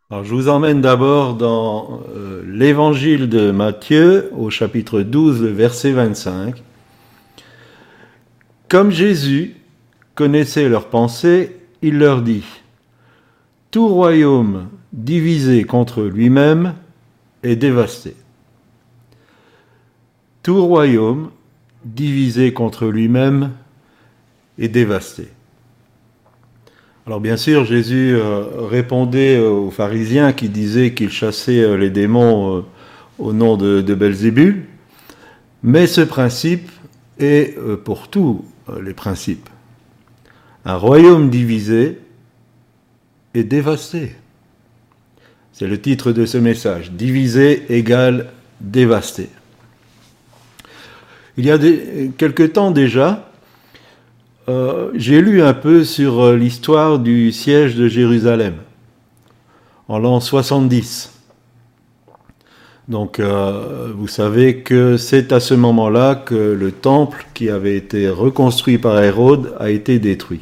Alors, je vous emmène d'abord dans l'évangile de Matthieu, au chapitre 12, le verset 25. Comme Jésus connaissait leurs pensées, il leur dit: tout royaume divisé contre lui-même est dévasté. Tout royaume divisé contre lui-même est dévasté. Alors bien sûr, Jésus répondait aux pharisiens qui disaient qu'il chassait les démons au nom de Belzébul, mais ce principe est pour tous les principes. Un royaume divisé est dévasté. C'est le titre de ce message. Divisé égale dévasté. Il y a quelque temps déjà, j'ai lu un peu sur l'histoire du siège de Jérusalem en l'an 70. Donc vous savez que c'est à ce moment-là que le temple qui avait été reconstruit par Hérode a été détruit.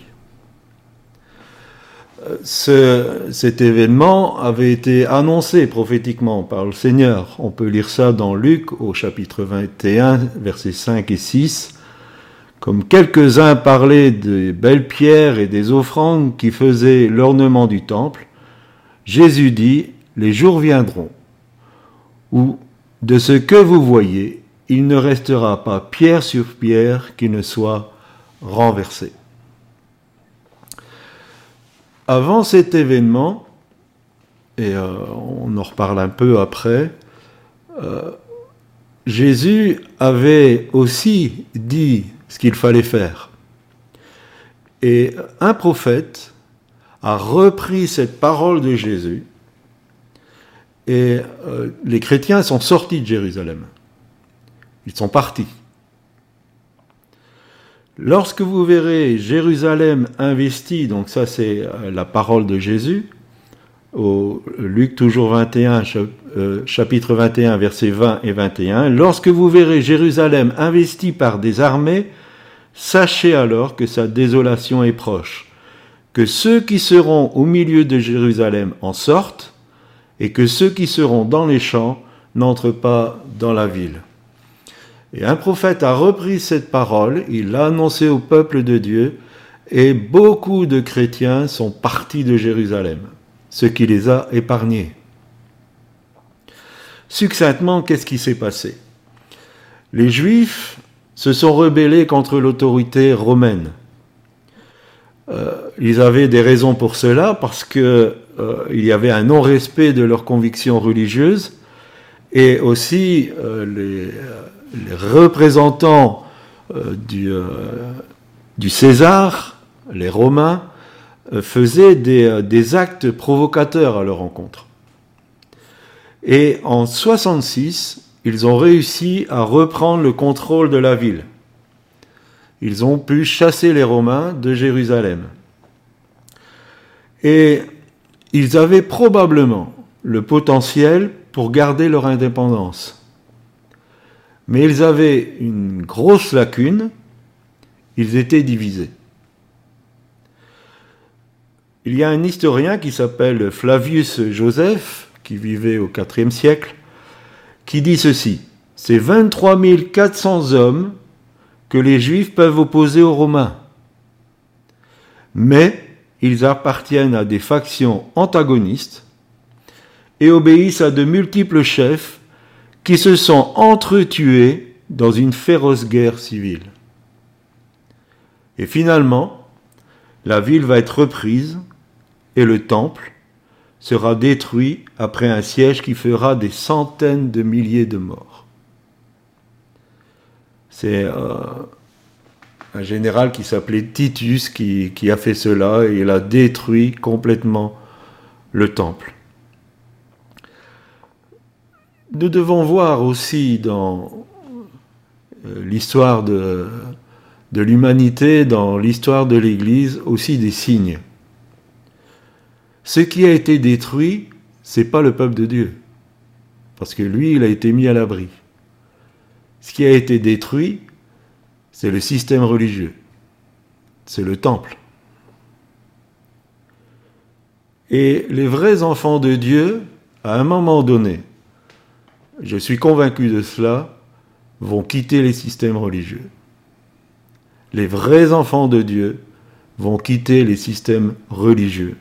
Cet événement avait été annoncé prophétiquement par le Seigneur. On peut lire ça dans Luc au chapitre 21, versets 5 et 6. Comme quelques-uns parlaient des belles pierres et des offrandes qui faisaient l'ornement du temple, Jésus dit: les jours viendront où, de ce que vous voyez, il ne restera pas pierre sur pierre qui ne soit renversée. Avant cet événement, et on en reparle un peu après, Jésus avait aussi dit ce qu'il fallait faire. Et un prophète a repris cette parole de Jésus, et les chrétiens sont sortis de Jérusalem. Ils sont partis. Lorsque vous verrez Jérusalem investie, donc ça c'est la parole de Jésus, au Luc toujours 21, chapitre 21, versets 20 et 21, lorsque vous verrez Jérusalem investie par des armées, sachez alors que sa désolation est proche, que ceux qui seront au milieu de Jérusalem en sortent, et que ceux qui seront dans les champs n'entrent pas dans la ville. Et un prophète a repris cette parole, il l'a annoncée au peuple de Dieu, et beaucoup de chrétiens sont partis de Jérusalem, ce qui les a épargnés. Succinctement, qu'est-ce qui s'est passé? Les Juifs se sont rebellés contre l'autorité romaine. Ils avaient des raisons pour cela, parce qu'il y avait un non-respect de leurs convictions religieuses, et aussi les représentants du César, les Romains, faisaient des actes provocateurs à leur encontre. Et en 66, ils ont réussi à reprendre le contrôle de la ville. Ils ont pu chasser les Romains de Jérusalem. Et ils avaient probablement le potentiel pour garder leur indépendance. Mais ils avaient une grosse lacune, ils étaient divisés. Il y a un historien qui s'appelle Flavius Joseph, qui vivait au IVe siècle, qui dit ceci: c'est 23 400 hommes que les Juifs peuvent opposer aux Romains. Mais ils appartiennent à des factions antagonistes et obéissent à de multiples chefs qui se sont entretués dans une féroce guerre civile. Et finalement, la ville va être reprise et le temple sera détruit après un siège qui fera des centaines de milliers de morts. C'est un général qui s'appelait Titus qui a fait cela, et il a détruit complètement le temple. Nous devons voir aussi dans l'histoire de l'humanité, dans l'histoire de l'Église, aussi des signes. Ce qui a été détruit, c'est pas le peuple de Dieu, parce que lui, il a été mis à l'abri. Ce qui a été détruit, c'est le système religieux, c'est le temple. Et les vrais enfants de Dieu, à un moment donné, je suis convaincu de cela, vont quitter les systèmes religieux. Les vrais enfants de Dieu vont quitter les systèmes religieux.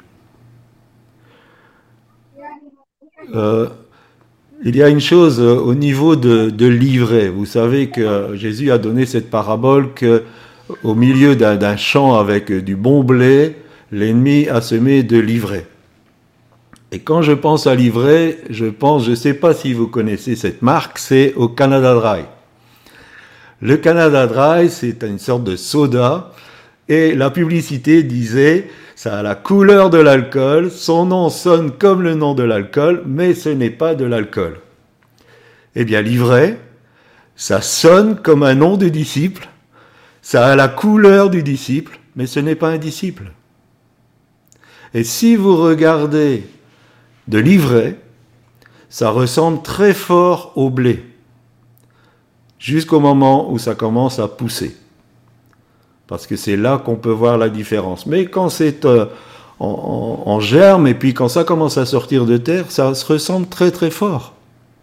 Il y a une chose au niveau de l'ivraie. Vous savez que Jésus a donné cette parabole que au milieu d'un champ avec du bon blé, l'ennemi a semé de l'ivraie. Et quand je pense à l'ivraie, je ne sais pas si vous connaissez cette marque, c'est au Canada Dry. Le Canada Dry, c'est une sorte de soda, et la publicité disait, ça a la couleur de l'alcool, son nom sonne comme le nom de l'alcool, mais ce n'est pas de l'alcool. Eh bien, l'ivraie, ça sonne comme un nom de disciple, ça a la couleur du disciple, mais ce n'est pas un disciple. Et si vous regardez de l'ivraie, ça ressemble très fort au blé, jusqu'au moment où ça commence à pousser. Parce que c'est là qu'on peut voir la différence. Mais quand c'est en germe, et puis quand ça commence à sortir de terre, ça se ressemble très très fort.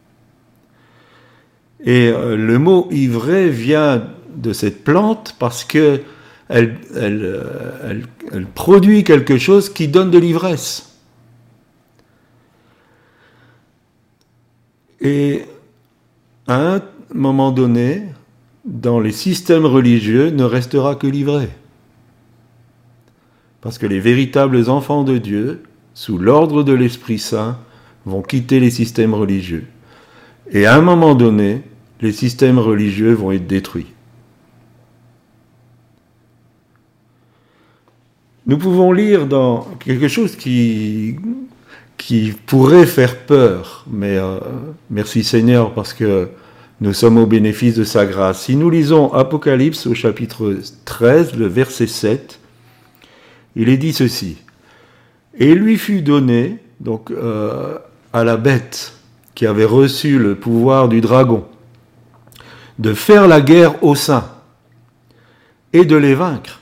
Et le mot ivraie vient de cette plante parce que elle produit quelque chose qui donne de l'ivresse. Et à un moment donné, dans les systèmes religieux, ne restera que l'ivraie. Parce que les véritables enfants de Dieu, sous l'ordre de l'Esprit Saint, vont quitter les systèmes religieux. Et à un moment donné, les systèmes religieux vont être détruits. Nous pouvons lire dans quelque chose qui pourrait faire peur, mais merci Seigneur parce que nous sommes au bénéfice de sa grâce. Si nous lisons Apocalypse au chapitre 13, le verset 7, il est dit ceci. Et il lui fut donné, donc à la bête qui avait reçu le pouvoir du dragon, de faire la guerre aux saints et de les vaincre.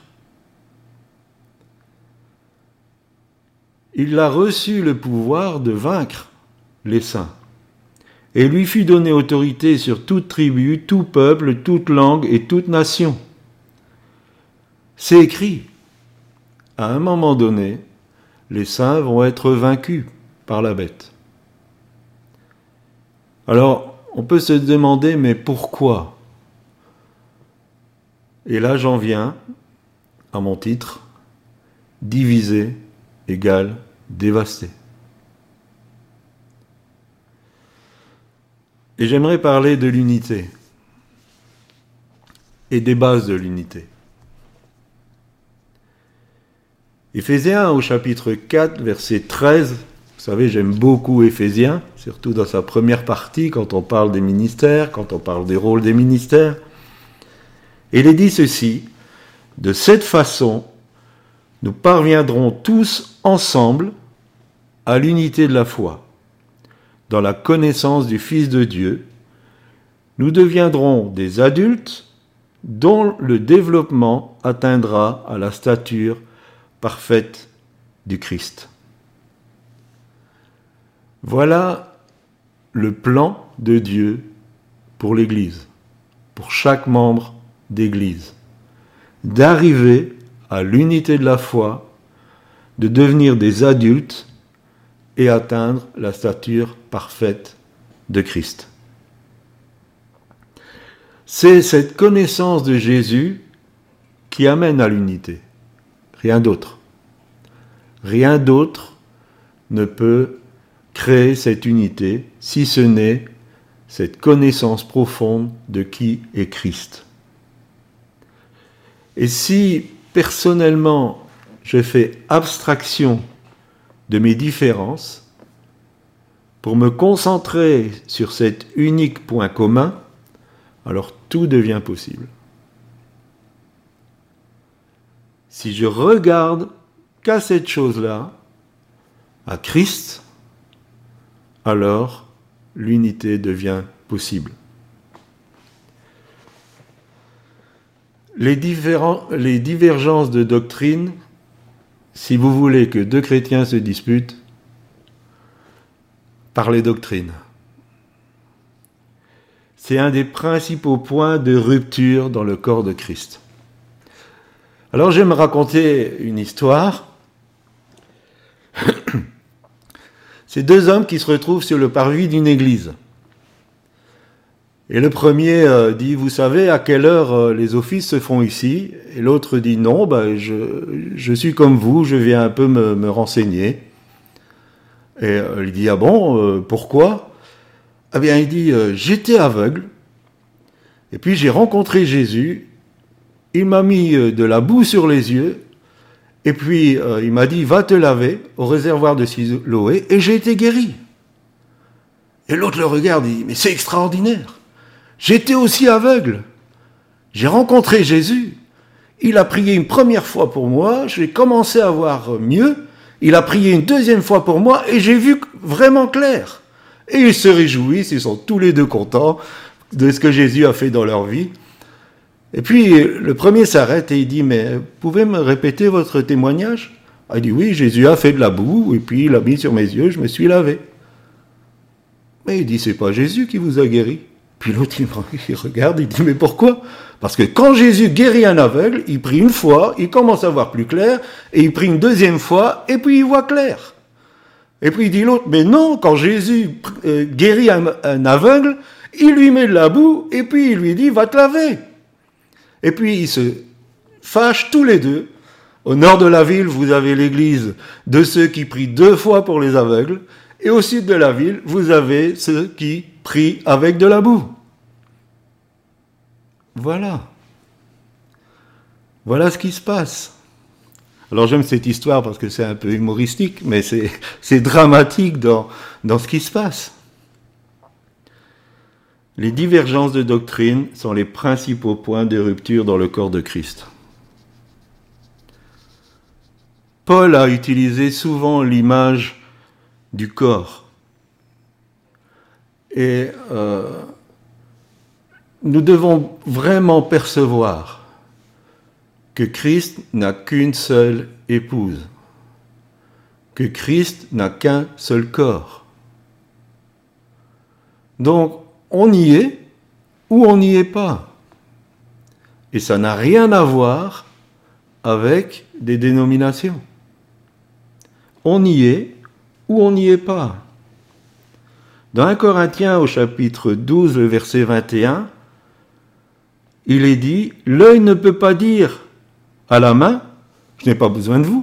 Il a reçu le pouvoir de vaincre les saints. Et lui fut donné autorité sur toute tribu, tout peuple, toute langue et toute nation. C'est écrit. À un moment donné, les saints vont être vaincus par la bête. Alors, on peut se demander, mais pourquoi ? Et là, j'en viens à mon titre, diviser égale dévaster. Et j'aimerais parler de l'unité et des bases de l'unité. Éphésiens au chapitre 4, verset 13, vous savez, j'aime beaucoup Éphésiens, surtout dans sa première partie, quand on parle des ministères, quand on parle des rôles des ministères. Et il est dit ceci, de cette façon, nous parviendrons tous ensemble à l'unité de la foi. Dans la connaissance du Fils de Dieu, nous deviendrons des adultes dont le développement atteindra à la stature parfaite du Christ. Voilà le plan de Dieu pour l'Église, pour chaque membre d'Église, d'arriver à l'unité de la foi, de devenir des adultes et atteindre la stature parfaite de Christ. C'est cette connaissance de Jésus qui amène à l'unité. Rien d'autre. Rien d'autre ne peut créer cette unité si ce n'est cette connaissance profonde de qui est Christ. Et si personnellement je fais abstraction de mes différences pour me concentrer sur cet unique point commun, alors tout devient possible. Si je regarde qu'à cette chose-là, à Christ, alors l'unité devient possible. Les divergences de doctrine, si vous voulez que deux chrétiens se disputent, parlez doctrine. C'est un des principaux points de rupture dans le corps de Christ. Alors je vais me raconter une histoire. C'est deux hommes qui se retrouvent sur le parvis d'une église. Et le premier dit, vous savez à quelle heure les offices se font ici? Et l'autre dit, non, je suis comme vous, je viens un peu me renseigner. Et il dit, ah bon, pourquoi? Eh bien, il dit, j'étais aveugle, et puis j'ai rencontré Jésus, il m'a mis de la boue sur les yeux, et puis il m'a dit, va te laver au réservoir de Siloé, et j'ai été guéri. Et l'autre le regarde, il dit, mais c'est extraordinaire. J'étais aussi aveugle. J'ai rencontré Jésus. Il a prié une première fois pour moi. J'ai commencé à voir mieux. Il a prié une deuxième fois pour moi et j'ai vu vraiment clair. Et ils se réjouissent. Ils sont tous les deux contents de ce que Jésus a fait dans leur vie. Et puis le premier s'arrête et il dit, mais vous pouvez me répéter votre témoignage? Il dit, oui, Jésus a fait de la boue et puis il l'a mis sur mes yeux. Je me suis lavé. Mais il dit, c'est pas Jésus qui vous a guéri. Puis l'autre, il regarde, il dit, mais pourquoi? Parce que quand Jésus guérit un aveugle, il prie une fois, il commence à voir plus clair, et il prie une deuxième fois, et puis il voit clair. Et puis il dit l'autre, mais non, quand Jésus guérit un aveugle, il lui met de la boue, et puis il lui dit, va te laver. Et puis ils se fâchent tous les deux. Au nord de la ville, vous avez l'église de ceux qui prient 2 fois pour les aveugles, et au sud de la ville, vous avez ceux qui prient avec de la boue. Voilà. Voilà ce qui se passe. Alors j'aime cette histoire parce que c'est un peu humoristique, mais c'est dramatique dans ce qui se passe. Les divergences de doctrine sont les principaux points de rupture dans le corps de Christ. Paul a utilisé souvent l'image du corps. Et nous devons vraiment percevoir que Christ n'a qu'une seule épouse, que Christ n'a qu'un seul corps. Donc, on y est ou on n'y est pas. Et ça n'a rien à voir avec des dénominations. On y est ou on n'y est pas. Dans 1 Corinthiens au chapitre 12, le verset 21, il est dit, « L'œil ne peut pas dire à la main, je n'ai pas besoin de vous. »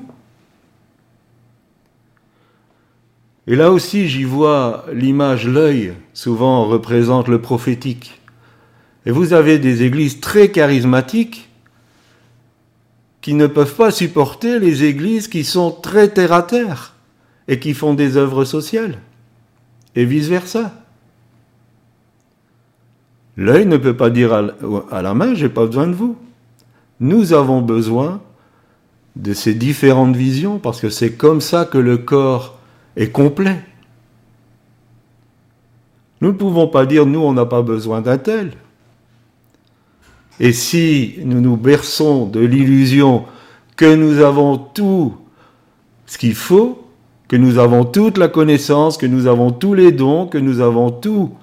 Et là aussi, j'y vois l'image, l'œil, souvent représente le prophétique. Et vous avez des églises très charismatiques qui ne peuvent pas supporter les églises qui sont très terre-à-terre et qui font des œuvres sociales. Et vice-versa. L'œil ne peut pas dire à la main, j'ai pas besoin de vous. Nous avons besoin de ces différentes visions parce que c'est comme ça que le corps est complet. Nous ne pouvons pas dire, nous, on n'a pas besoin d'un tel. Et si nous nous berçons de l'illusion que nous avons tout ce qu'il faut, que nous avons toute la connaissance, que nous avons tous les dons, que nous avons tout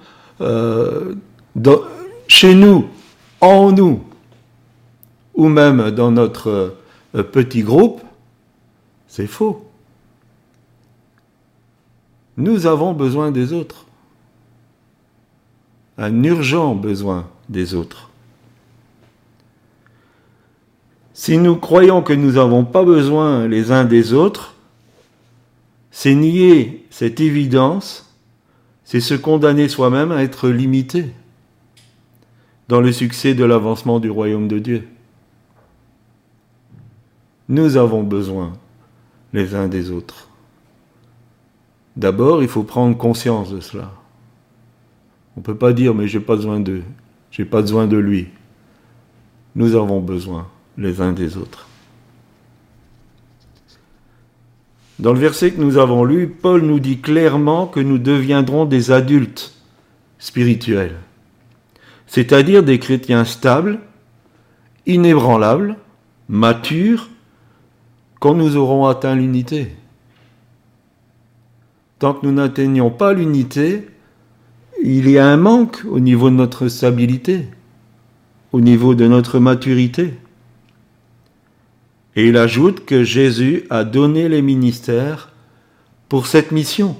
chez nous, en nous, ou même dans notre petit groupe, c'est faux. Nous avons besoin des autres. Un urgent besoin des autres. Si nous croyons que nous n'avons pas besoin les uns des autres, c'est nier cette évidence, c'est se condamner soi-même à être limité dans le succès de l'avancement du royaume de Dieu. Nous avons besoin les uns des autres. D'abord, il faut prendre conscience de cela. On ne peut pas dire, mais j'ai pas besoin d'eux, j'ai pas besoin de lui. Nous avons besoin les uns des autres. Dans le verset que nous avons lu, Paul nous dit clairement que nous deviendrons des adultes spirituels, c'est-à-dire des chrétiens stables, inébranlables, matures, quand nous aurons atteint l'unité. Tant que nous n'atteignons pas l'unité, il y a un manque au niveau de notre stabilité, au niveau de notre maturité. Et il ajoute que Jésus a donné les ministères pour cette mission.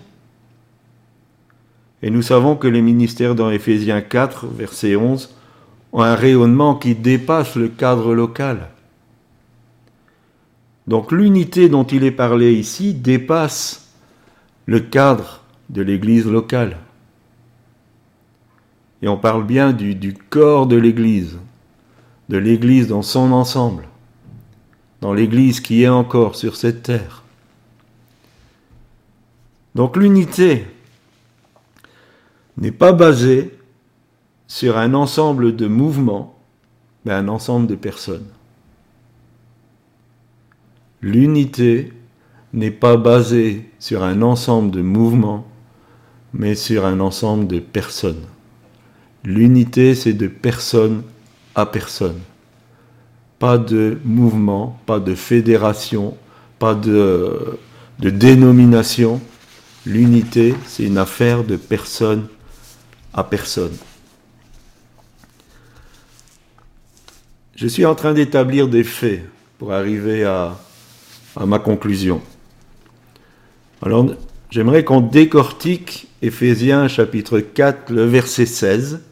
Et nous savons que les ministères dans Éphésiens 4, verset 11, ont un rayonnement qui dépasse le cadre local. Donc l'unité dont il est parlé ici dépasse le cadre de l'Église locale. Et on parle bien du corps de l'Église dans son ensemble, dans l'Église qui est encore sur cette terre. Donc l'unité n'est pas basée sur un ensemble de mouvements, mais un ensemble de personnes. L'unité n'est pas basée sur un ensemble de mouvements, mais sur un ensemble de personnes. L'unité, c'est de personne à personne. Pas de mouvement, pas de fédération, pas de dénomination. L'unité, c'est une affaire de personne à personne. Je suis en train d'établir des faits pour arriver à ma conclusion. Alors, j'aimerais qu'on décortique Éphésiens chapitre 4, le verset 16.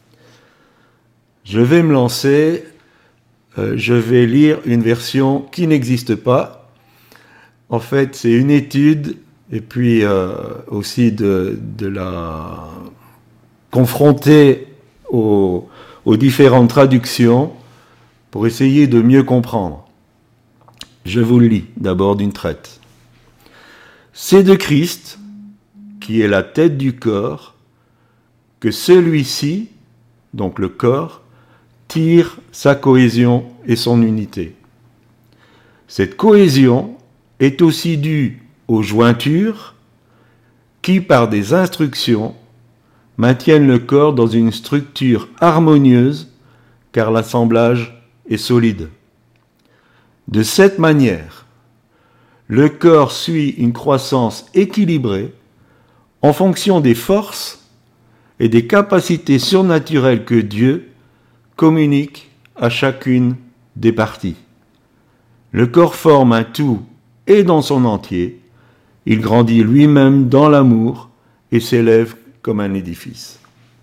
Je vais me lancer, je vais lire une version qui n'existe pas. En fait, c'est une étude, et puis aussi de la confronter aux différentes traductions pour essayer de mieux comprendre. Je vous le lis d'abord d'une traite. C'est de Christ, qui est la tête du corps, que celui-ci, donc le corps, tire sa cohésion et son unité. Cette cohésion est aussi due aux jointures qui, par des instructions, maintiennent le corps dans une structure harmonieuse, car l'assemblage est solide. De cette manière, le corps suit une croissance équilibrée en fonction des forces et des capacités surnaturelles que Dieu communique à chacune des parties. Le corps forme un tout et dans son entier, il grandit lui-même dans l'amour et s'élève comme un édifice.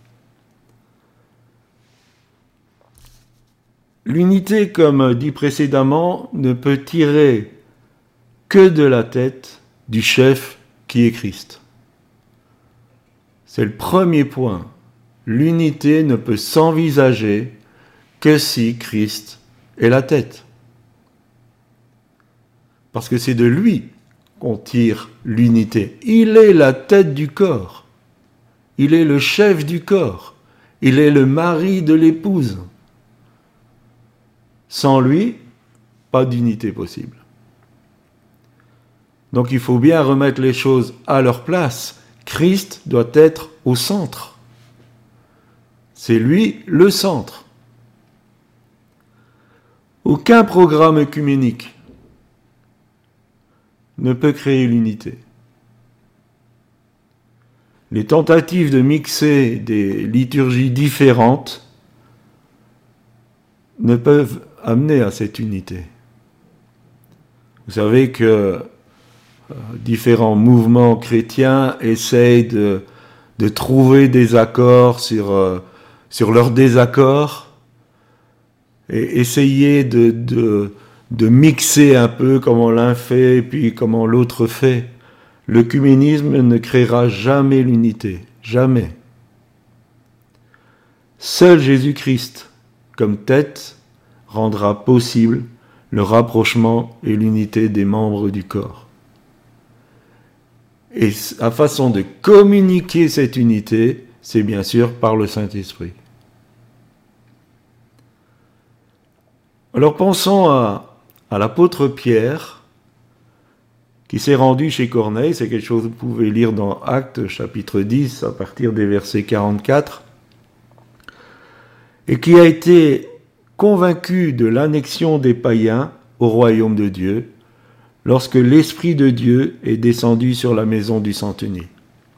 L'unité, comme dit précédemment, ne peut tirer que de la tête du chef qui est Christ. C'est le premier point. L'unité ne peut s'envisager que si Christ est la tête. Parce que c'est de lui qu'on tire l'unité. Il est la tête du corps. Il est le chef du corps. Il est le mari de l'épouse. Sans lui, pas d'unité possible. Donc il faut bien remettre les choses à leur place. Christ doit être au centre. C'est lui le centre. Aucun programme œcuménique ne peut créer l'unité. Les tentatives de mixer des liturgies différentes ne peuvent amener à cette unité. Vous savez que différents mouvements chrétiens essayent de trouver des accords sur leurs désaccords et essayer de mixer un peu comment l'un fait et puis comment l'autre fait. L'œcuménisme ne créera jamais l'unité, jamais. Seul Jésus-Christ, comme tête, rendra possible le rapprochement et l'unité des membres du corps. Et la façon de communiquer cette unité, c'est bien sûr par le Saint-Esprit. Alors pensons à l'apôtre Pierre, qui s'est rendu chez Corneille. C'est quelque chose que vous pouvez lire dans Actes chapitre 10 à partir des versets 44, et qui a été convaincu de l'annexion des païens au royaume de Dieu lorsque l'Esprit de Dieu est descendu sur la maison du centenier.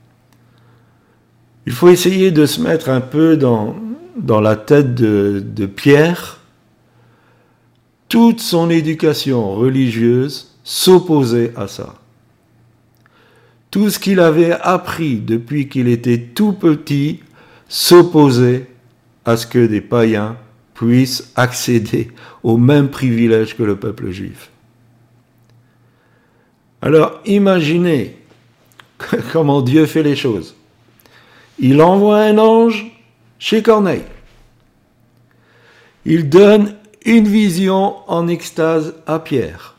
Il faut essayer de se mettre un peu dans la tête de Pierre. Toute son éducation religieuse s'opposait à ça. Tout ce qu'il avait appris depuis qu'il était tout petit s'opposait à ce que des païens puissent accéder aux mêmes privilèges que le peuple juif. Alors imaginez comment Dieu fait les choses. Il envoie un ange chez Corneille. Il donne une vision en extase à Pierre.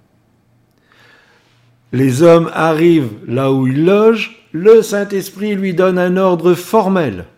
Les hommes arrivent là où il loge, le Saint-Esprit lui donne un ordre formel.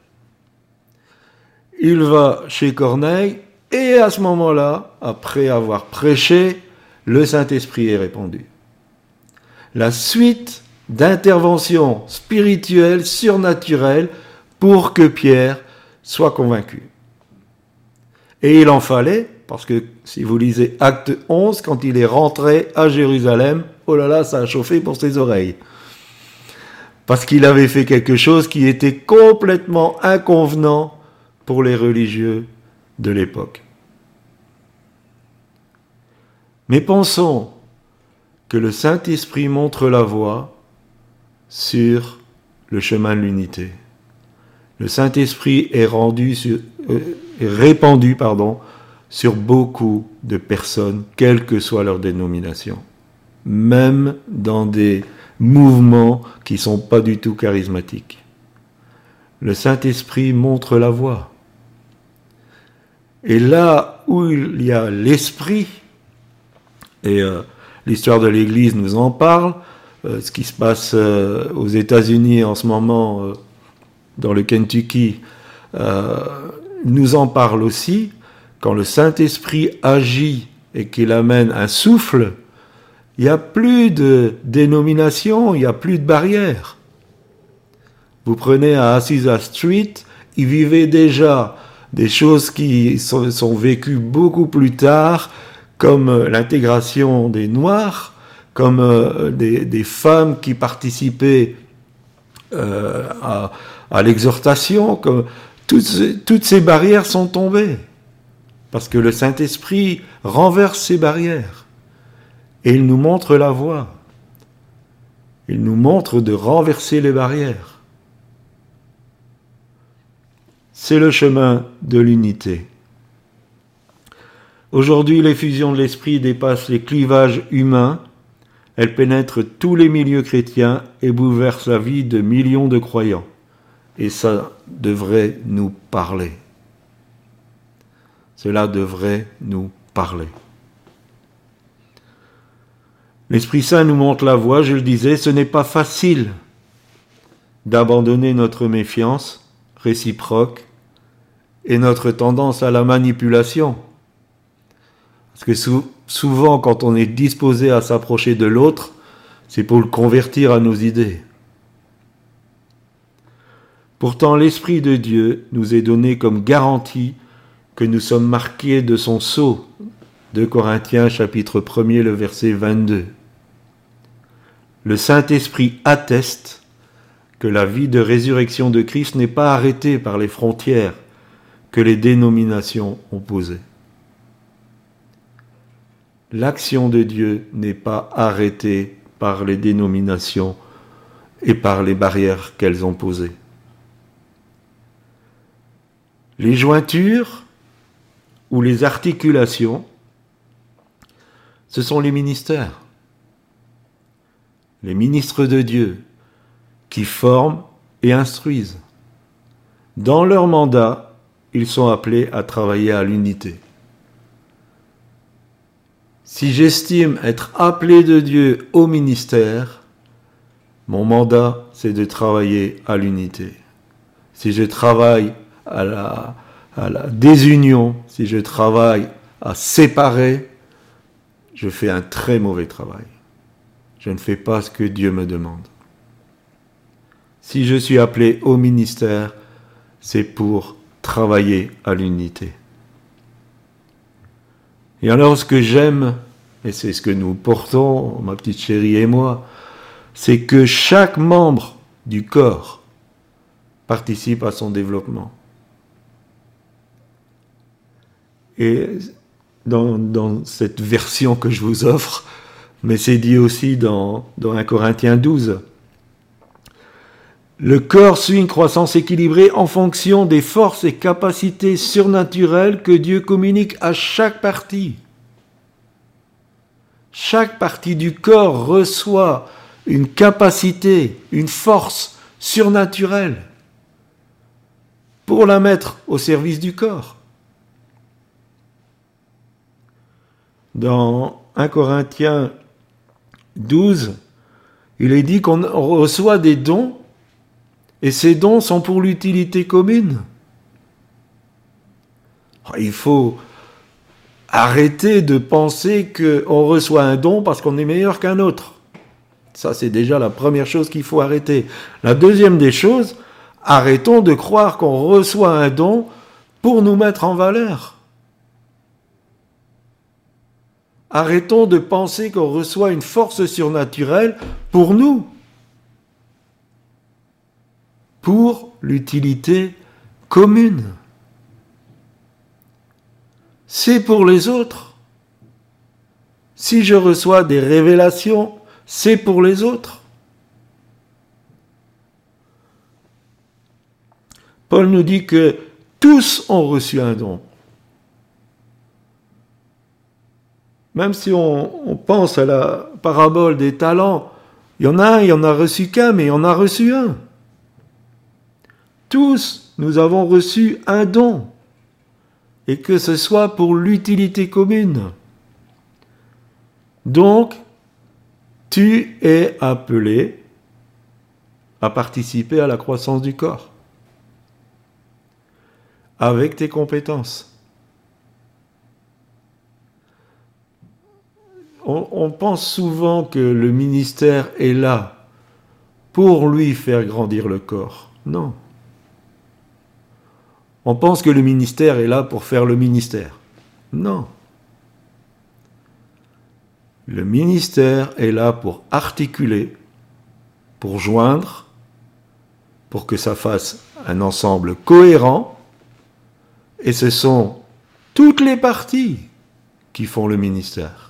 Il va chez Corneille et à ce moment-là, après avoir prêché, le Saint-Esprit est répandu. La suite d'interventions spirituelles, surnaturelles, pour que Pierre soit convaincu. Et il en fallait, parce que si vous lisez Acte 11, quand il est rentré à Jérusalem, oh là là, ça a chauffé pour ses oreilles. Parce qu'il avait fait quelque chose qui était complètement inconvenant pour les religieux de l'époque. Mais pensons que le Saint-Esprit montre la voie sur le chemin de l'unité. Le Saint-Esprit est répandu sur beaucoup de personnes, quelle que soit leur dénomination, même dans des mouvements qui ne sont pas du tout charismatiques. Le Saint-Esprit montre la voie. Et là où il y a l'Esprit, et l'histoire de l'Église nous en parle, ce qui se passe aux États-Unis en ce moment, dans le Kentucky, nous en parle aussi. Quand le Saint-Esprit agit et qu'il amène un souffle, il n'y a plus de dénomination, il n'y a plus de barrières. Vous prenez à Azusa Street, ils vivaient déjà des choses qui sont vécues beaucoup plus tard, comme l'intégration des Noirs, comme des femmes qui participaient à l'exhortation, comme toutes ces barrières sont tombées. Parce que le Saint-Esprit renverse ces barrières. Et il nous montre la voie. Il nous montre de renverser les barrières. C'est le chemin de l'unité. Aujourd'hui, l'effusion de l'Esprit dépasse les clivages humains. Elle pénètre tous les milieux chrétiens et bouleverse la vie de millions de croyants. Et ça devrait nous parler. Cela devrait nous parler. L'Esprit Saint nous montre la voie, je le disais, ce n'est pas facile d'abandonner notre méfiance réciproque et notre tendance à la manipulation. Parce que souvent, quand on est disposé à s'approcher de l'autre, c'est pour le convertir à nos idées. Pourtant, l'Esprit de Dieu nous est donné comme garantie que nous sommes marqués de son sceau. 2 Corinthiens, chapitre 1er, le verset 22. Le Saint-Esprit atteste que la vie de résurrection de Christ n'est pas arrêtée par les frontières que les dénominations ont posées. L'action de Dieu n'est pas arrêtée par les dénominations et par les barrières qu'elles ont posées. Les jointures ou les articulations, ce sont les ministères, les ministres de Dieu qui forment et instruisent. Dans leur mandat, ils sont appelés à travailler à l'unité. Si j'estime être appelé de Dieu au ministère, mon mandat, c'est de travailler à l'unité. Si je travaille à la désunion, si je travaille à séparer, je fais un très mauvais travail. Je ne fais pas ce que Dieu me demande. Si je suis appelé au ministère, c'est pour travailler à l'unité. Et alors, ce que j'aime et c'est ce que nous portons, ma petite chérie et moi, c'est que chaque membre du corps participe à son développement. Et dans cette version que je vous offre, mais c'est dit aussi dans 1 Corinthiens 12, le corps suit une croissance équilibrée en fonction des forces et capacités surnaturelles que Dieu communique à chaque partie. Chaque partie du corps reçoit une capacité, une force surnaturelle pour la mettre au service du corps. Dans 1 Corinthiens 12, il est dit qu'on reçoit des dons et ces dons sont pour l'utilité commune. Il faut arrêter de penser qu'on reçoit un don parce qu'on est meilleur qu'un autre. Ça, c'est déjà la première chose qu'il faut arrêter. La deuxième des choses, arrêtons de croire qu'on reçoit un don pour nous mettre en valeur. Arrêtons de penser qu'on reçoit une force surnaturelle pour nous, pour l'utilité commune. C'est pour les autres. Si je reçois des révélations, c'est pour les autres. Paul nous dit que tous ont reçu un don. Même si on pense à la parabole des talents, il y en a un, il en a reçu qu'un, mais il en a reçu un. Tous, nous avons reçu un don, et que ce soit pour l'utilité commune. Donc, tu es appelé à participer à la croissance du corps, avec tes compétences. On pense souvent que le ministère est là pour lui faire grandir le corps. Non. On pense que le ministère est là pour faire le ministère. Non. Le ministère est là pour articuler, pour joindre, pour que ça fasse un ensemble cohérent. Et ce sont toutes les parties qui font le ministère.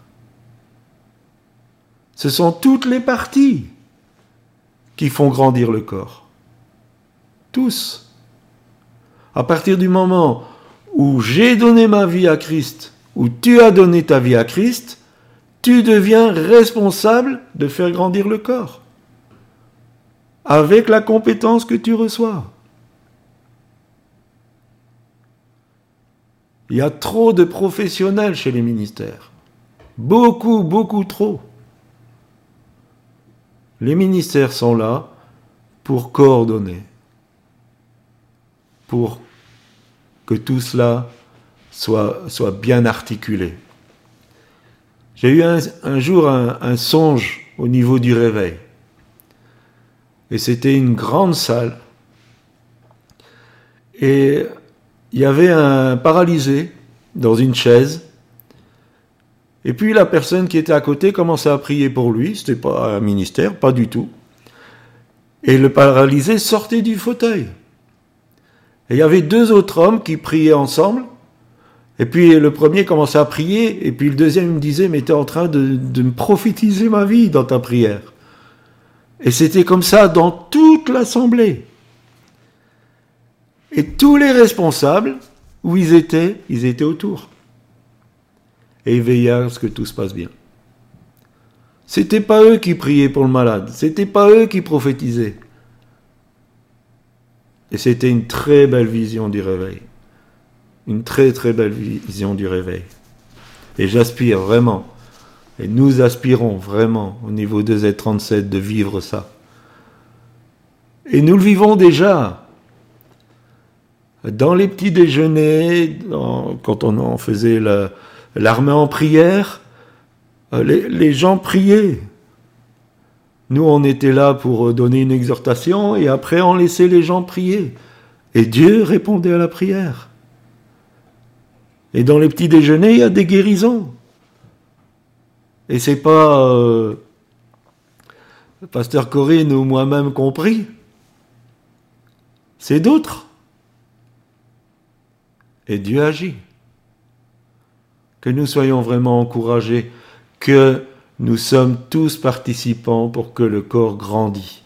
Ce sont toutes les parties qui font grandir le corps. Tous. À partir du moment où j'ai donné ma vie à Christ, où tu as donné ta vie à Christ, tu deviens responsable de faire grandir le corps. Avec la compétence que tu reçois. Il y a trop de professionnels chez les ministères. Beaucoup, beaucoup trop. Les ministères sont là pour coordonner, pour que tout cela soit bien articulé. J'ai eu un jour un songe au niveau du réveil. Et c'était une grande salle. Et il y avait un paralysé dans une chaise. Et puis la personne qui était à côté commençait à prier pour lui. C'était pas un ministère, pas du tout. Et le paralysé sortait du fauteuil. Et il y avait deux autres hommes qui priaient ensemble. Et puis le premier commençait à prier. Et puis le deuxième me disait, mais tu es en train de me prophétiser ma vie dans ta prière. Et c'était comme ça dans toute l'assemblée. Et tous les responsables, où ils étaient autour. Et ils veillaient à ce que tout se passe bien. C'était pas eux qui priaient pour le malade. C'était pas eux qui prophétisaient. Et c'était une très belle vision du réveil. Une très très belle vision du réveil. Et j'aspire vraiment, et nous aspirons vraiment au niveau 2Z37 de vivre ça. Et nous le vivons déjà. Dans les petits déjeuners, quand on en faisait l'armée en prière, les gens priaient. Nous, on était là pour donner une exhortation et après, on laissait les gens prier. Et Dieu répondait à la prière. Et dans les petits déjeuners, il y a des guérisons. Et c'est pas Pasteur Corinne ou moi-même compris. C'est d'autres. Et Dieu agit. Que nous soyons vraiment encouragés, que nous sommes tous participants pour que le corps grandisse.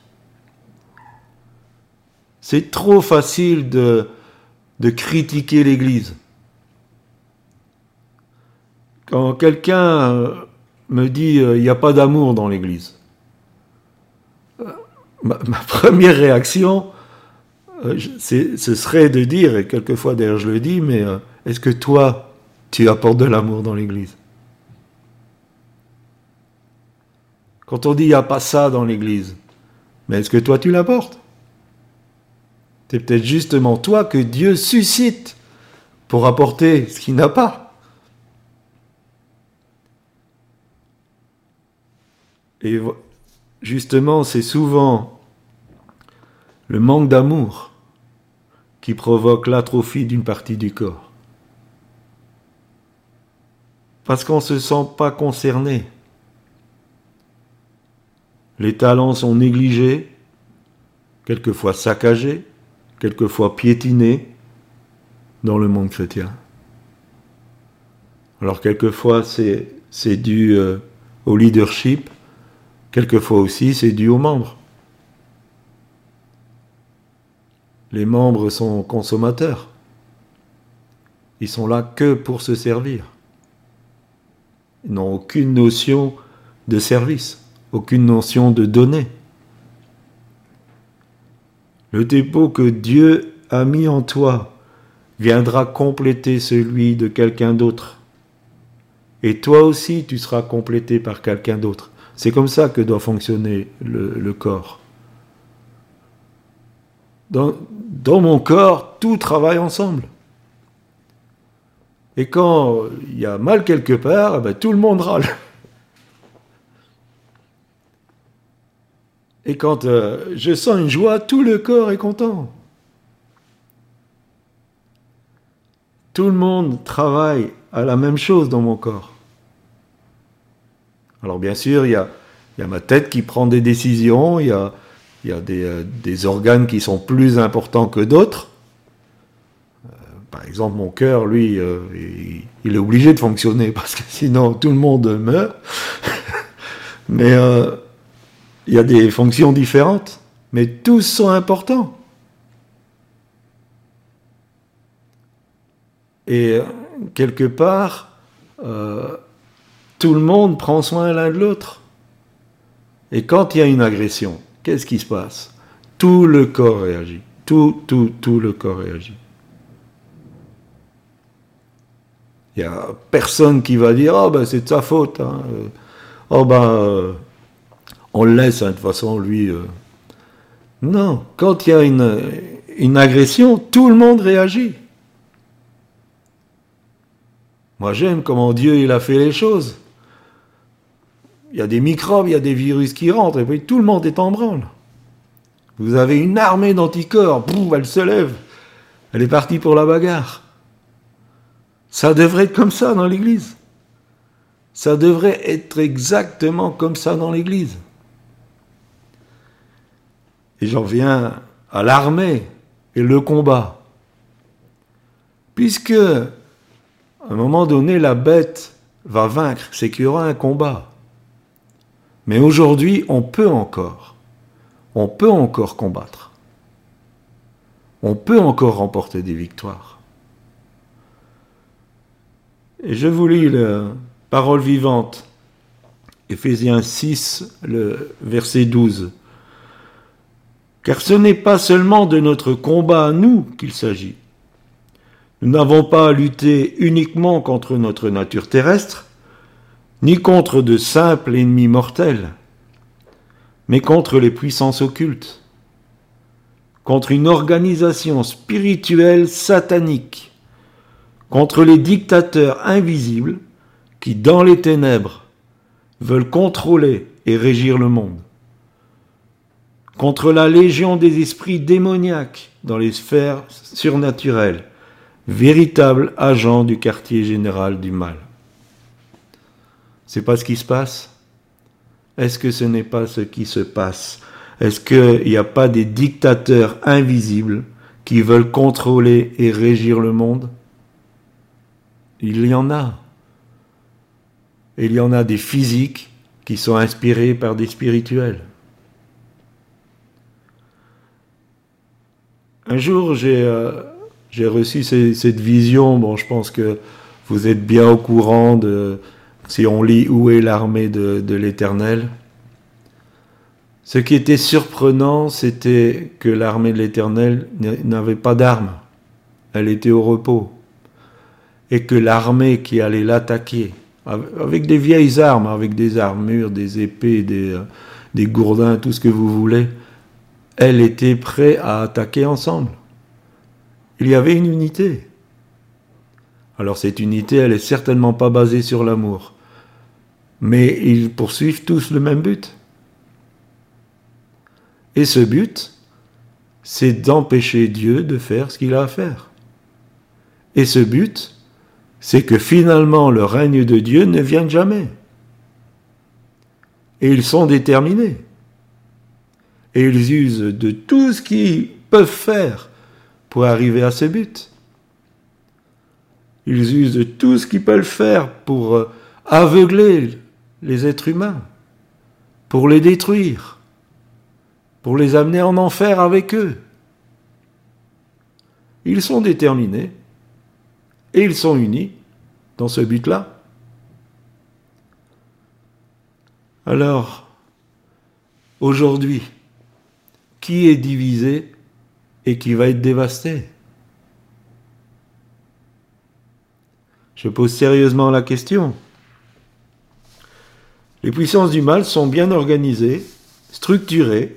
C'est trop facile de critiquer l'Église. Quand quelqu'un me dit il n'y a pas d'amour dans l'Église, ma première réaction, ce serait de dire, et quelquefois d'ailleurs je le dis, mais est-ce que toi, tu apportes de l'amour dans l'Église? Quand on dit il n'y a pas ça dans l'Église, mais est-ce que toi tu l'apportes? C'est peut-être justement toi que Dieu suscite pour apporter ce qu'il n'a pas. Et justement, c'est souvent le manque d'amour qui provoque l'atrophie d'une partie du corps. Parce qu'on ne se sent pas concerné. Les talents sont négligés, quelquefois saccagés, quelquefois piétinés dans le monde chrétien. Alors quelquefois c'est dû au leadership, quelquefois aussi c'est dû aux membres. Les membres sont consommateurs. Ils sont là que pour se servir. Ils n'ont aucune notion de service, aucune notion de donner. Le dépôt que Dieu a mis en toi viendra compléter celui de quelqu'un d'autre. Et toi aussi, tu seras complété par quelqu'un d'autre. C'est comme ça que doit fonctionner le corps. Dans mon corps, tout travaille ensemble. Et quand il y a mal quelque part, tout le monde râle. Et quand je sens une joie, tout le corps est content. Tout le monde travaille à la même chose dans mon corps. Alors bien sûr, il y a ma tête qui prend des décisions, il y a des organes qui sont plus importants que d'autres. Par exemple, mon cœur, lui, il est obligé de fonctionner parce que sinon tout le monde meurt. Mais il y a des fonctions différentes, mais tous sont importants. Et quelque part, tout le monde prend soin l'un de l'autre. Et quand il y a une agression, qu'est-ce qui se passe? Tout le corps réagit. Tout le corps réagit. Il n'y a personne qui va dire « Oh, c'est de sa faute. Hein. On le laisse, hein, de toute façon, lui... Non, quand il y a une agression, tout le monde réagit. Moi, j'aime comment Dieu il a fait les choses. Il y a des microbes, il y a des virus qui rentrent, et puis tout le monde est en branle. Vous avez une armée d'anticorps, boum, elle se lève. Elle est partie pour la bagarre. Ça devrait être comme ça dans l'Église. Ça devrait être exactement comme ça dans l'Église. Et j'en viens à l'armée et le combat. Puisque, à un moment donné, la bête va vaincre, c'est qu'il y aura un combat. Mais aujourd'hui, on peut encore combattre. On peut encore remporter des victoires. Et je vous lis la parole vivante, Éphésiens 6, le verset 12. Car ce n'est pas seulement de notre combat à nous qu'il s'agit. Nous n'avons pas à lutter uniquement contre notre nature terrestre, ni contre de simples ennemis mortels, mais contre les puissances occultes, contre une organisation spirituelle satanique, contre les dictateurs invisibles qui, dans les ténèbres, veulent contrôler et régir le monde, contre la légion des esprits démoniaques dans les sphères surnaturelles, véritables agents du quartier général du mal. C'est pas ce qui se passe? Est-ce que ce n'est pas ce qui se passe? Est-ce qu'il n'y a pas des dictateurs invisibles qui veulent contrôler et régir le monde? Il y en a. Et il y en a des physiques qui sont inspirés par des spirituels. Un jour, j'ai reçu cette vision. Bon, je pense que vous êtes bien au courant de, si on lit Où est l'armée de l'Éternel. Ce qui était surprenant, c'était que l'armée de l'Éternel n'avait pas d'armes. Elle était au repos. Et que l'armée qui allait l'attaquer, avec des vieilles armes, avec des armures, des épées, des gourdins, tout ce que vous voulez, elle était prête à attaquer ensemble. Il y avait une unité. Alors cette unité, elle n'est certainement pas basée sur l'amour. Mais ils poursuivent tous le même but. Et ce but, c'est d'empêcher Dieu de faire ce qu'il a à faire. Et ce but, c'est que finalement le règne de Dieu ne vienne jamais. Et ils sont déterminés. Et ils usent de tout ce qu'ils peuvent faire pour arriver à ce but. Ils usent de tout ce qu'ils peuvent faire pour aveugler les êtres humains, pour les détruire, pour les amener en enfer avec eux. Ils sont déterminés et ils sont unis dans ce but-là. Alors, aujourd'hui, qui est divisé et qui va être dévasté? Je pose sérieusement la question. Les puissances du mal sont bien organisées, structurées.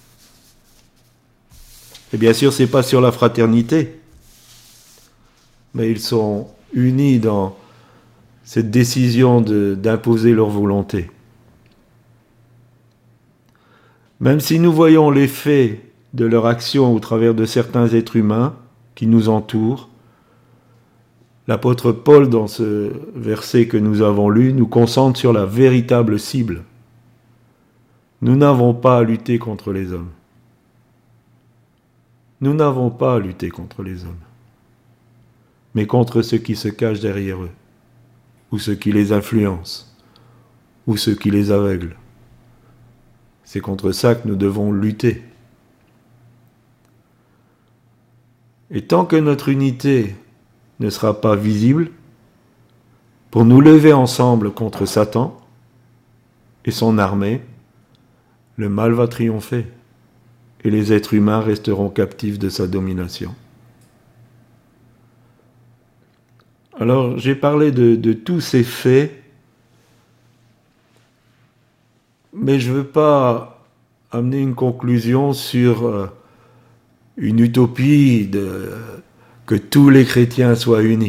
Et bien sûr, ce n'est pas sur la fraternité, mais ils sont unis dans cette décision d'imposer leur volonté. Même si nous voyons l'effet de leur action au travers de certains êtres humains qui nous entourent, l'apôtre Paul, dans ce verset que nous avons lu, nous concentre sur la véritable cible. Nous n'avons pas à lutter contre les hommes. Nous n'avons pas à lutter contre les hommes, mais contre ceux qui se cachent derrière eux, ou ceux qui les influencent, ou ceux qui les aveuglent. C'est contre ça que nous devons lutter. Et tant que notre unité ne sera pas visible, pour nous lever ensemble contre Satan et son armée, le mal va triompher et les êtres humains resteront captifs de sa domination. Alors, j'ai parlé de tous ces faits, mais je ne veux pas amener une conclusion sur une utopie que tous les chrétiens soient unis.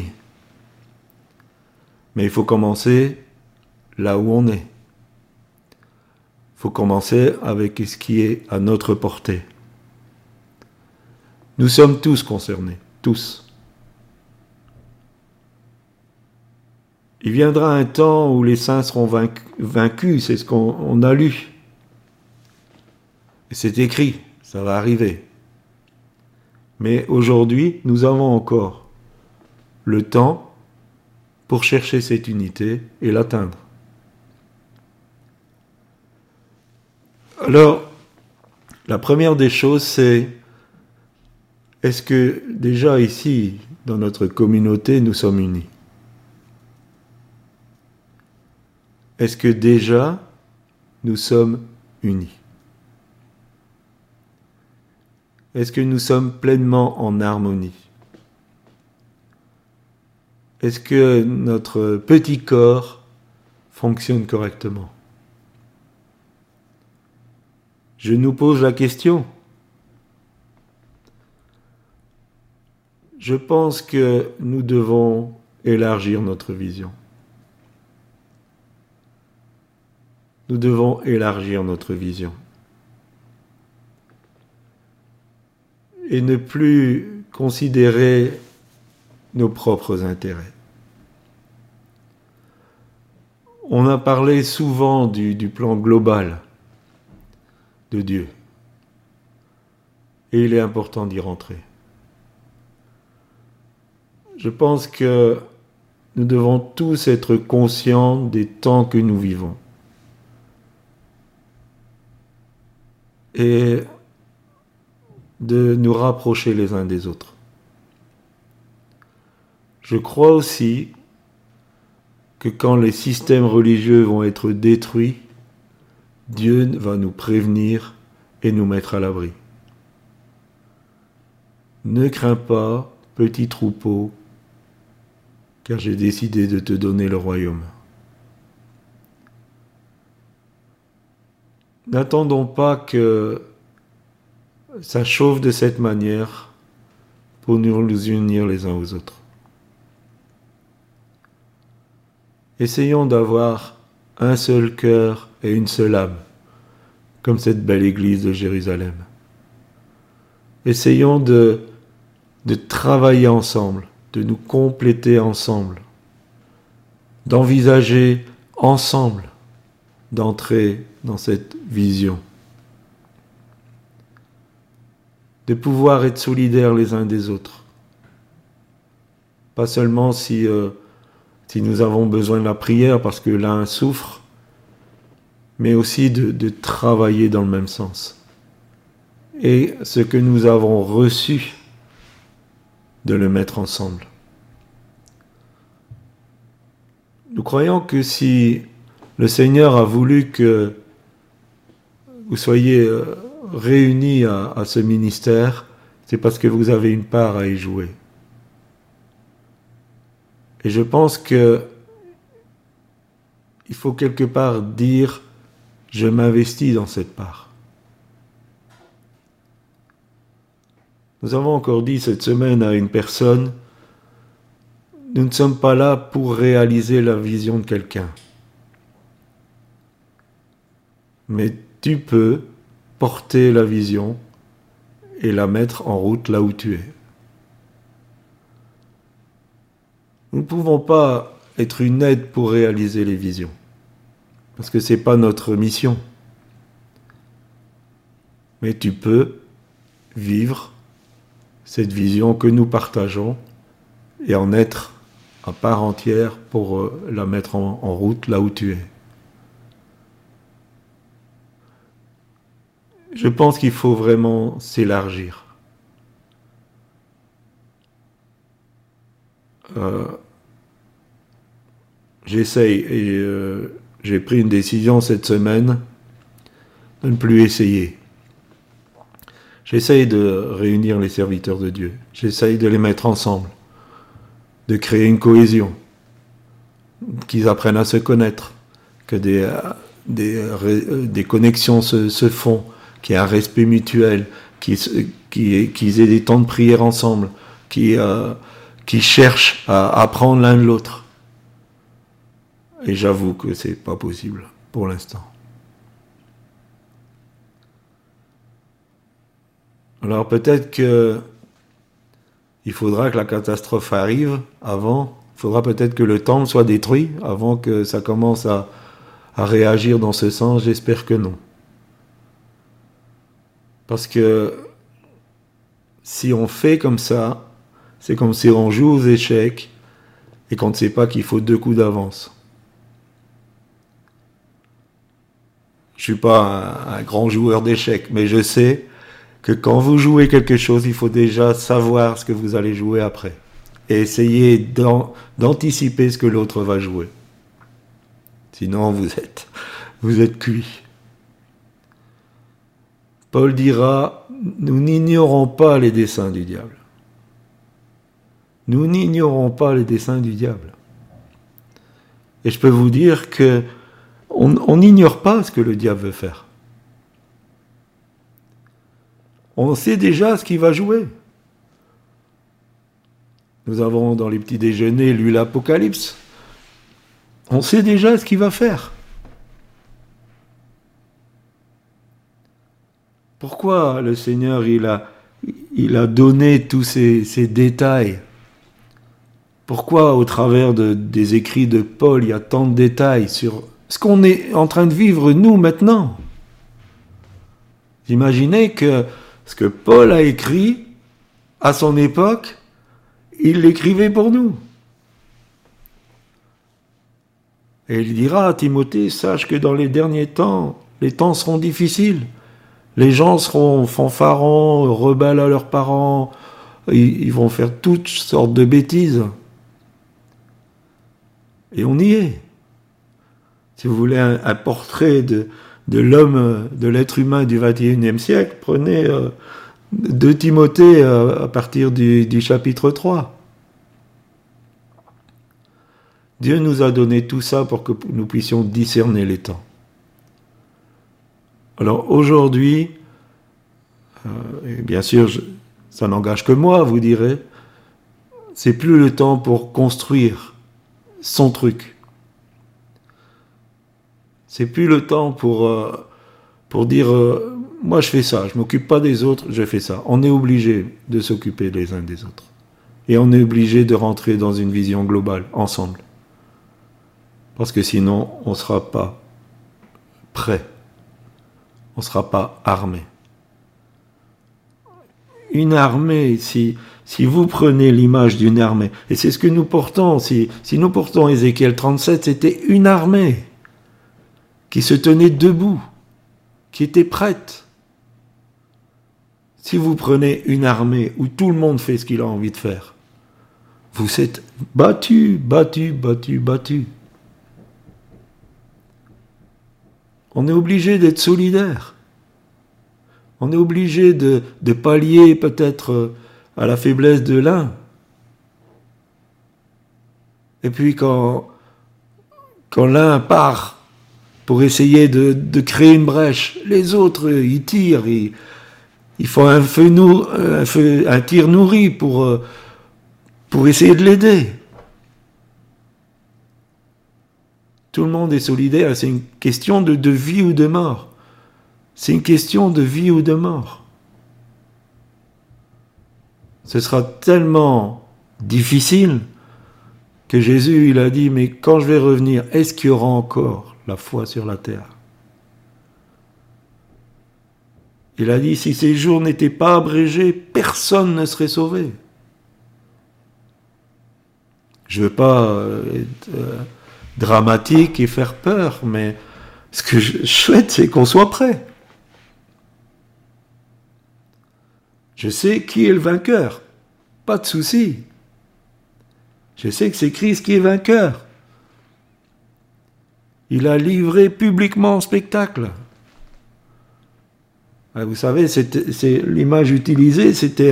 Mais il faut commencer là où on est. Il faut commencer avec ce qui est à notre portée. Nous sommes tous concernés, tous. Il viendra un temps où les saints seront vaincus, c'est ce qu'on a lu. Et c'est écrit, ça va arriver. Mais aujourd'hui, nous avons encore le temps pour chercher cette unité et l'atteindre. Alors, la première des choses, c'est est-ce que déjà ici, dans notre communauté, nous sommes unis? Est-ce que déjà, nous sommes unis? Est-ce que nous sommes pleinement en harmonie? Est-ce que notre petit corps fonctionne correctement? Je nous pose la question. Je pense que nous devons élargir notre vision. Nous devons élargir notre vision. Et ne plus considérer nos propres intérêts. On a parlé souvent du plan global de Dieu. Et il est important d'y rentrer. Je pense que nous devons tous être conscients des temps que nous vivons. Et de nous rapprocher les uns des autres. Je crois aussi que quand les systèmes religieux vont être détruits, Dieu va nous prévenir et nous mettre à l'abri. Ne crains pas, petit troupeau, car j'ai décidé de te donner le royaume. N'attendons pas que ça chauffe de cette manière pour nous unir les uns aux autres. Essayons d'avoir un seul cœur et une seule âme, comme cette belle église de Jérusalem. Essayons de travailler ensemble, de nous compléter ensemble, d'envisager ensemble d'entrer dans cette vision, de pouvoir être solidaires les uns des autres. Pas seulement si nous avons besoin de la prière parce que l'un souffre, mais aussi de travailler dans le même sens. Et ce que nous avons reçu, de le mettre ensemble. Nous croyons que si le Seigneur a voulu que vous soyez réunis à ce ministère, c'est parce que vous avez une part à y jouer. Et je pense que il faut quelque part dire « je m'investis dans cette part ». Nous avons encore dit cette semaine à une personne, nous ne sommes pas là pour réaliser la vision de quelqu'un. Mais tu peux porter la vision et la mettre en route là où tu es. Nous ne pouvons pas être une aide pour réaliser les visions, parce que ce n'est pas notre mission. Mais tu peux vivre cette vision que nous partageons et en être à part entière pour la mettre en route là où tu es. Je pense qu'il faut vraiment s'élargir. J'essaye et j'ai pris une décision cette semaine de ne plus essayer. J'essaye de réunir les serviteurs de Dieu. J'essaye de les mettre ensemble, de créer une cohésion, qu'ils apprennent à se connaître, que des connexions se font, qu'il y ait un respect mutuel, qu'ils aient des temps de prière ensemble, qui cherchent à apprendre l'un de l'autre. Et j'avoue que c'est pas possible pour l'instant. Alors peut-être que il faudra que la catastrophe arrive avant, il faudra peut-être que le temple soit détruit avant que ça commence à réagir dans ce sens, j'espère que non. Parce que si on fait comme ça, c'est comme si on joue aux échecs et qu'on ne sait pas qu'il faut 2 coups d'avance. Je suis pas un grand joueur d'échecs, mais je sais que quand vous jouez quelque chose, il faut déjà savoir ce que vous allez jouer après. Et essayer d'anticiper ce que l'autre va jouer. Sinon, vous êtes cuit. Paul dira, nous n'ignorons pas les desseins du diable. Nous n'ignorons pas les desseins du diable. Et je peux vous dire que on n'ignore pas ce que le diable veut faire. On sait déjà ce qu'il va jouer. Nous avons dans les petits déjeuners lu l'Apocalypse. On sait déjà ce qu'il va faire. Pourquoi le Seigneur il a donné tous ces détails? Pourquoi, au travers des écrits de Paul, il y a tant de détails sur ce qu'on est en train de vivre, nous, maintenant? Imaginez que ce que Paul a écrit, à son époque, il l'écrivait pour nous. Et il dira à Timothée, sache que dans les derniers temps, les temps seront difficiles. Les gens seront fanfarons, rebelles à leurs parents, ils vont faire toutes sortes de bêtises. Et on y est. Si vous voulez un portrait de l'homme, de l'être humain du XXIe siècle, prenez 2 Timothée à partir du chapitre 3. Dieu nous a donné tout ça pour que nous puissions discerner les temps. Alors aujourd'hui, et bien sûr, ça n'engage que moi, vous direz, c'est plus le temps pour construire son truc. C'est plus le temps pour dire moi je fais ça, je m'occupe pas des autres, je fais ça. On est obligé de s'occuper les uns des autres. Et on est obligé de rentrer dans une vision globale, ensemble. Parce que sinon, on ne sera pas prêt. On ne sera pas armé. Une armée, si vous prenez l'image d'une armée, et c'est ce que nous portons, si nous portons Ézéchiel 37, c'était une armée qui se tenait debout, qui était prête. Si vous prenez une armée où tout le monde fait ce qu'il a envie de faire, vous êtes battu. On est obligé d'être solidaire. On est obligé de pallier peut-être à la faiblesse de l'un. Et puis quand l'un part pour essayer de créer une brèche, les autres, ils tirent, ils font un tir nourri pour essayer de l'aider. Tout le monde est solidaire, c'est une question de vie ou de mort. C'est une question de vie ou de mort. Ce sera tellement difficile que Jésus, il a dit, mais quand je vais revenir, est-ce qu'il y aura encore la foi sur la terre? Il a dit, si ces jours n'étaient pas abrégés, personne ne serait sauvé. Je ne veux pas être dramatique et faire peur, mais ce que je souhaite, c'est qu'on soit prêt. Je sais qui est le vainqueur, pas de souci. Je sais que c'est Christ qui est vainqueur. Il a livré publiquement en spectacle. Vous savez, c'est l'image utilisée, c'était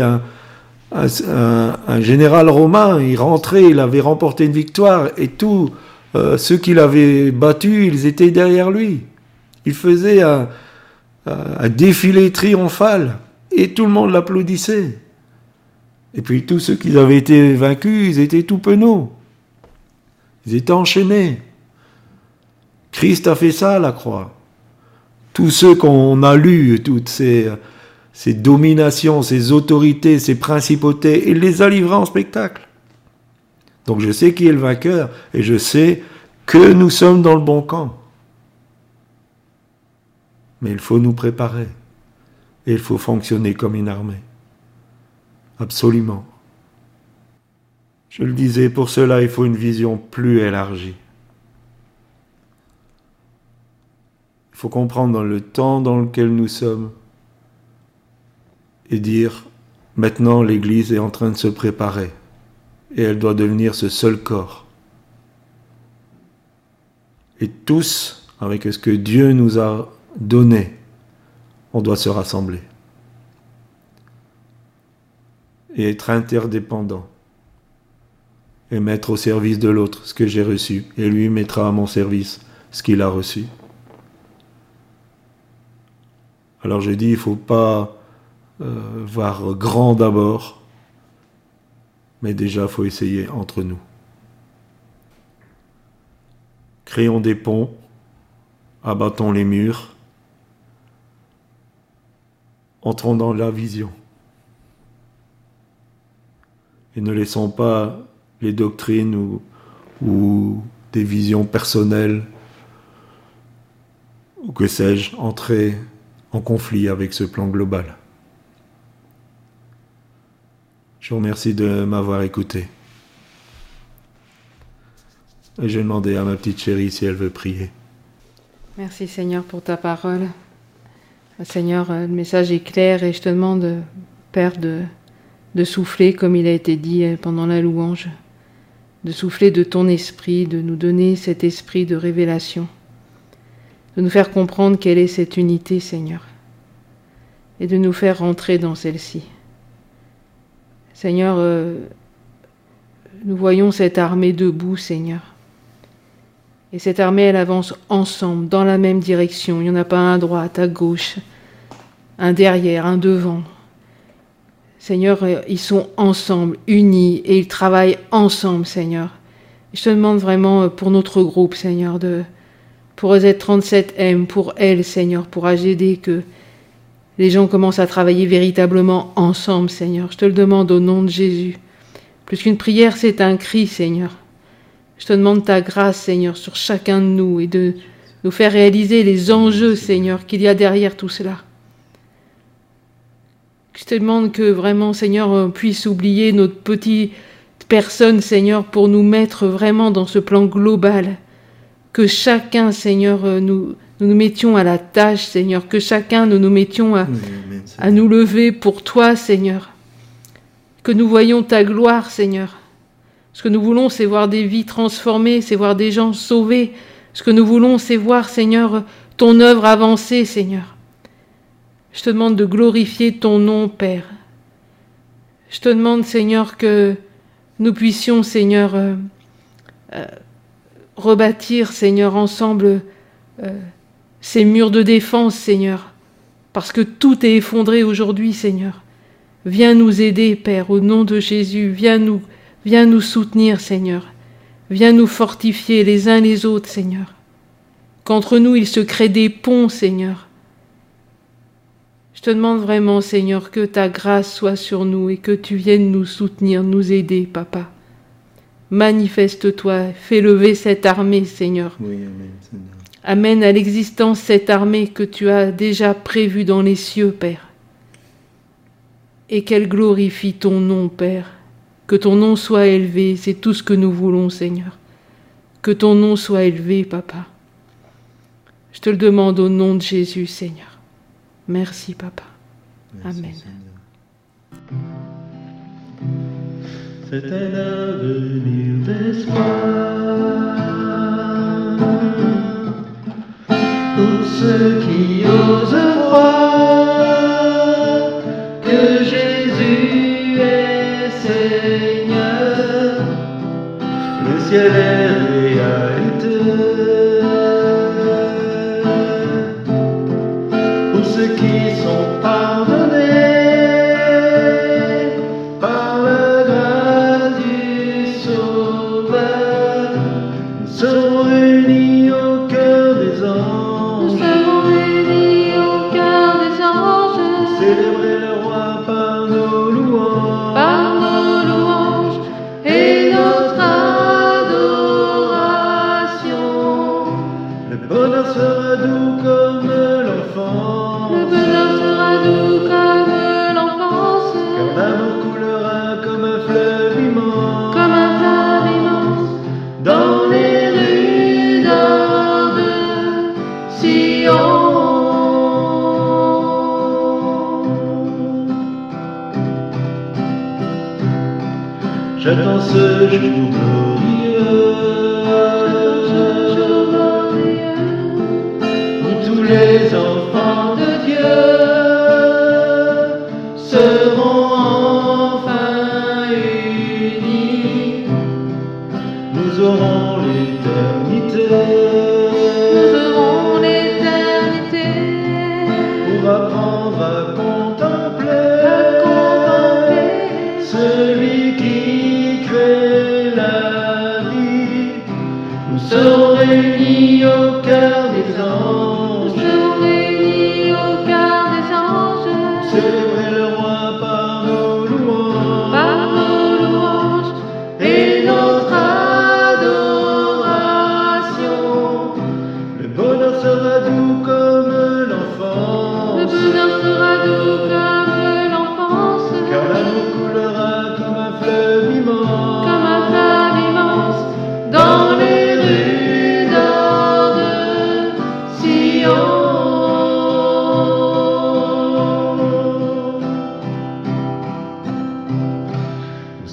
un général romain, il rentrait, il avait remporté une victoire, et tous ceux qui l'avaient battu, ils étaient derrière lui. Il faisait un défilé triomphal, et tout le monde l'applaudissait. Et puis tous ceux qui avaient été vaincus, ils étaient tout penauds. Ils étaient enchaînés. Christ a fait ça à la croix. Tous ceux qu'on a lus, toutes ces dominations, ces autorités, ces principautés, il les a livrés en spectacle. Donc je sais qui est le vainqueur, et je sais que nous sommes dans le bon camp. Mais il faut nous préparer. Et il faut fonctionner comme une armée. Absolument. Je le disais, pour cela, il faut une vision plus élargie. Il faut comprendre dans le temps dans lequel nous sommes et dire, maintenant l'Église est en train de se préparer et elle doit devenir ce seul corps. Et tous, avec ce que Dieu nous a donné, on doit se rassembler et être interdépendants et mettre au service de l'autre ce que j'ai reçu et lui mettra à mon service ce qu'il a reçu. Alors je dis, il ne faut pas voir grand d'abord, mais déjà il faut essayer entre nous. Créons des ponts, abattons les murs, entrons dans la vision. Et ne laissons pas les doctrines ou des visions personnelles, ou que sais-je, entrer en conflit avec ce plan global. Je vous remercie de m'avoir écouté. Et je vais demander à ma petite chérie si elle veut prier. Merci Seigneur pour ta parole. Seigneur, le message est clair et je te demande, Père, de souffler comme il a été dit pendant la louange, de souffler de ton esprit, de nous donner cet esprit de révélation, de nous faire comprendre quelle est cette unité, Seigneur, et de nous faire rentrer dans celle-ci. Seigneur, nous voyons cette armée debout, Seigneur. Et cette armée, elle avance ensemble, dans la même direction. Il n'y en a pas un à droite, à gauche, un derrière, un devant. Seigneur, ils sont ensemble, unis, et ils travaillent ensemble, Seigneur. Et je te demande vraiment pour notre groupe, Seigneur, pour EZ37M, pour elle, Seigneur, pour AGD, que les gens commencent à travailler véritablement ensemble, Seigneur. Je te le demande au nom de Jésus. Plus qu'une prière, c'est un cri, Seigneur. Je te demande ta grâce, Seigneur, sur chacun de nous et de nous faire réaliser les enjeux, Seigneur, qu'il y a derrière tout cela. Je te demande que vraiment, Seigneur, on puisse oublier notre petite personne, Seigneur, pour nous mettre vraiment dans ce plan global. Que chacun, Seigneur, nous mettions à la tâche, Seigneur. Que chacun, nous mettions à nous lever pour toi, Seigneur. Que nous voyions ta gloire, Seigneur. Ce que nous voulons, c'est voir des vies transformées, c'est voir des gens sauvés. Ce que nous voulons, c'est voir, Seigneur, ton œuvre avancer, Seigneur. Je te demande de glorifier ton nom, Père. Je te demande, Seigneur, que nous puissions, Seigneur, rebâtir, Seigneur, ensemble ces murs de défense, Seigneur, parce que tout est effondré aujourd'hui, Seigneur. Viens nous aider, Père, au nom de Jésus. Viens nous soutenir, Seigneur. Viens nous fortifier les uns les autres, Seigneur. Qu'entre nous, il se crée des ponts, Seigneur. Je te demande vraiment, Seigneur, que ta grâce soit sur nous et que tu viennes nous soutenir, nous aider, Papa. Manifeste-toi, fais lever cette armée, Seigneur. Oui, amen, Seigneur. Amène à l'existence cette armée que tu as déjà prévue dans les cieux, Père. Et qu'elle glorifie ton nom, Père. Que ton nom soit élevé, c'est tout ce que nous voulons, Seigneur. Que ton nom soit élevé, Papa. Je te le demande au nom de Jésus, Seigneur. Merci, Papa. Merci, Amen. Seigneur. C'est un avenir d'espoir pour ceux qui osent croire que Jésus est Seigneur. Le ciel est réalité pour ceux qui sont pardonnés par la grâce du Sauveur. Nous serons réunis au cœur des anges. Nous serons réunis au cœur des anges. Célébrer le roi par nos louanges. Par nos louanges et notre adoration. Le bonheur sera doux comme l'enfant. Le bonheur sera doux comme l'enfance. Car l'amour coulera comme un fleuve immense. Comme un fleuve immense. Dans les rues d'or de Sion. j'attends ce jour glorieux où tous les enfants de Dieu seront enfin unis. Nous aurons l'éternité. Nous aurons l'éternité. Pour apprendre à contempler, celui qui crée la vie. Nous serons réunis au cœur des anges. Nous serons réunis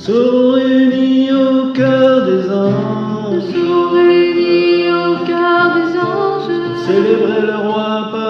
Soyons réunis au cœur des anges. Nous sommes réunis au cœur des anges. Célébrer le roi